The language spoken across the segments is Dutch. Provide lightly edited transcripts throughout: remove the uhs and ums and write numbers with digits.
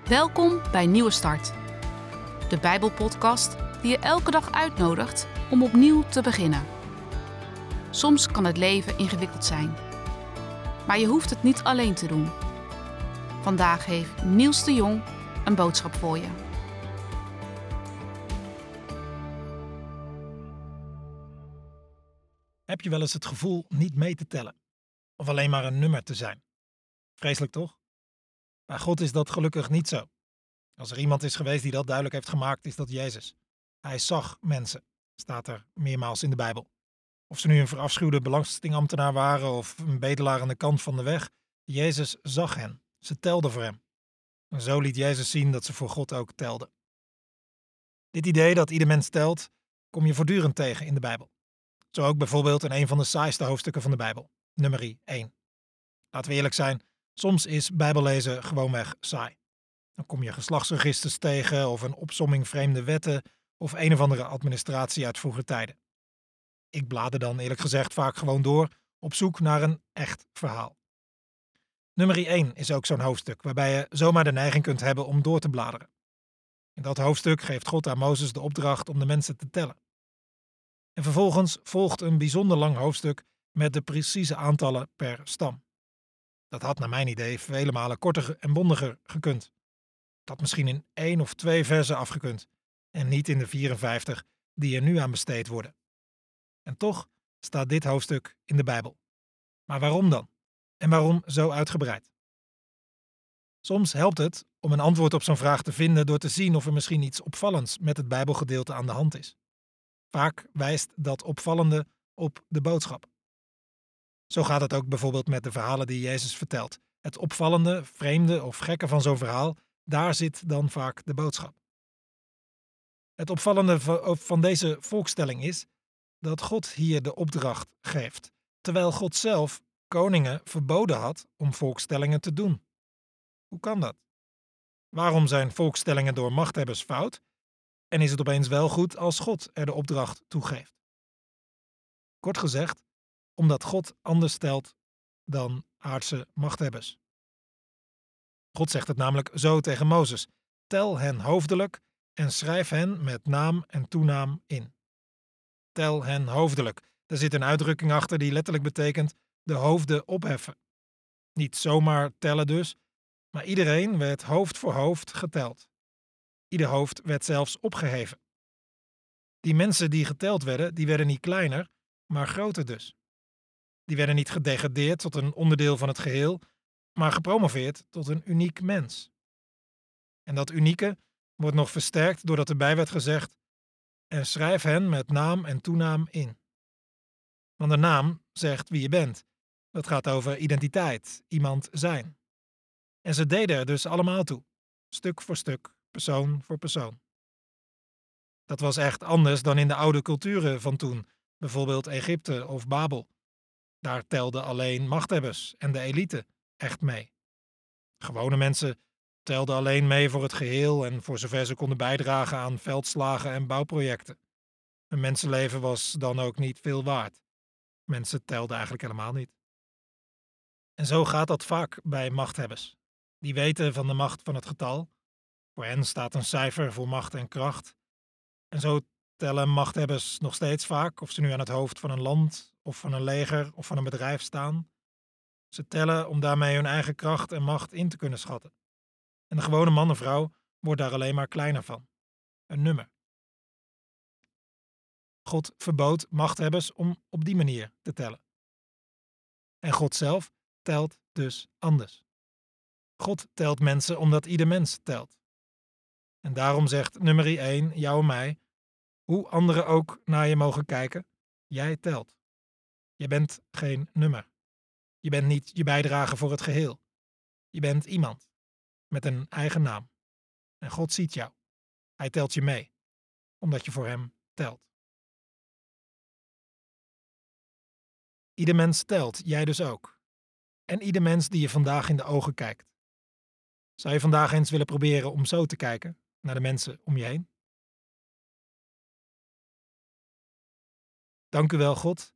Welkom bij Nieuwe Start, de Bijbelpodcast die je elke dag uitnodigt om opnieuw te beginnen. Soms kan het leven ingewikkeld zijn, maar je hoeft het niet alleen te doen. Vandaag heeft Niels de Jong een boodschap voor je. Heb je wel eens het gevoel niet mee te tellen? Of alleen maar een nummer te zijn? Vreselijk toch? Bij God is dat gelukkig niet zo. Als er iemand is geweest die dat duidelijk heeft gemaakt, is dat Jezus. Hij zag mensen, staat er meermaals in de Bijbel. Of ze nu een verafschuwde belastingambtenaar waren of een bedelaar aan de kant van de weg, Jezus zag hen. Ze telden voor hem. En zo liet Jezus zien dat ze voor God ook telden. Dit idee dat ieder mens telt, kom je voortdurend tegen in de Bijbel. Zo ook bijvoorbeeld in een van de saaiste hoofdstukken van de Bijbel, Numeri 1. Laten we eerlijk zijn, soms is Bijbellezen gewoonweg saai. Dan kom je geslachtsregisters tegen of een opsomming vreemde wetten of een of andere administratie uit vroeger tijden. Ik blader dan eerlijk gezegd vaak gewoon door op zoek naar een echt verhaal. Numeri 1 is ook zo'n hoofdstuk waarbij je zomaar de neiging kunt hebben om door te bladeren. In dat hoofdstuk geeft God aan Mozes de opdracht om de mensen te tellen. En vervolgens volgt een bijzonder lang hoofdstuk met de precieze aantallen per stam. Dat had naar mijn idee vele malen korter en bondiger gekund. Het had misschien in 1 of 2 versen afgekund en niet in de 54 die er nu aan besteed worden. En toch staat dit hoofdstuk in de Bijbel. Maar waarom dan? En waarom zo uitgebreid? Soms helpt het om een antwoord op zo'n vraag te vinden door te zien of er misschien iets opvallends met het Bijbelgedeelte aan de hand is. Vaak wijst dat opvallende op de boodschap. Zo gaat het ook bijvoorbeeld met de verhalen die Jezus vertelt. Het opvallende, vreemde of gekke van zo'n verhaal, daar zit dan vaak de boodschap. Het opvallende van deze volkstelling is dat God hier de opdracht geeft, terwijl God zelf koningen verboden had om volkstellingen te doen. Hoe kan dat? Waarom zijn volkstellingen door machthebbers fout en is het opeens wel goed als God er de opdracht toe geeft? Kort gezegd, omdat God anders stelt dan aardse machthebbers. God zegt het namelijk zo tegen Mozes: tel hen hoofdelijk en schrijf hen met naam en toenaam in. Tel hen hoofdelijk. Daar zit een uitdrukking achter die letterlijk betekent de hoofden opheffen. Niet zomaar tellen dus, maar iedereen werd hoofd voor hoofd geteld. Ieder hoofd werd zelfs opgeheven. Die mensen die geteld werden, die werden niet kleiner, maar groter dus. Die werden niet gedegradeerd tot een onderdeel van het geheel, maar gepromoveerd tot een uniek mens. En dat unieke wordt nog versterkt doordat erbij werd gezegd: en schrijf hen met naam en toenaam in. Want de naam zegt wie je bent. Dat gaat over identiteit, iemand zijn. En ze deden er dus allemaal toe, stuk voor stuk, persoon voor persoon. Dat was echt anders dan in de oude culturen van toen, bijvoorbeeld Egypte of Babel. Daar telden alleen machthebbers en de elite echt mee. Gewone mensen telden alleen mee voor het geheel en voor zover ze konden bijdragen aan veldslagen en bouwprojecten. Een mensenleven was dan ook niet veel waard. Mensen telden eigenlijk helemaal niet. En zo gaat dat vaak bij machthebbers. Die weten van de macht van het getal. Voor hen staat een cijfer voor macht en kracht. En zo tellen machthebbers nog steeds vaak, of ze nu aan het hoofd van een land of van een leger of van een bedrijf staan. Ze tellen om daarmee hun eigen kracht en macht in te kunnen schatten. En de gewone man of vrouw wordt daar alleen maar kleiner van. Een nummer. God verbood machthebbers om op die manier te tellen. En God zelf telt dus anders. God telt mensen omdat ieder mens telt. En daarom zegt Numeri 1, jou en mij, hoe anderen ook naar je mogen kijken, jij telt. Je bent geen nummer. Je bent niet je bijdrage voor het geheel. Je bent iemand met een eigen naam. En God ziet jou. Hij telt je mee, omdat je voor hem telt. Ieder mens telt, jij dus ook. En ieder mens die je vandaag in de ogen kijkt. Zou je vandaag eens willen proberen om zo te kijken naar de mensen om je heen? Dank u wel, God,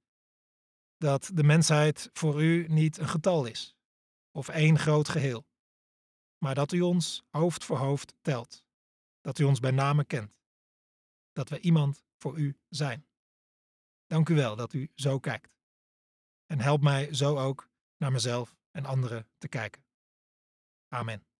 dat de mensheid voor u niet een getal is of één groot geheel. maar dat u ons hoofd voor hoofd telt. Dat u ons bij name kent. Dat we iemand voor u zijn. Dank u wel dat u zo kijkt. En help mij zo ook naar mezelf en anderen te kijken. Amen.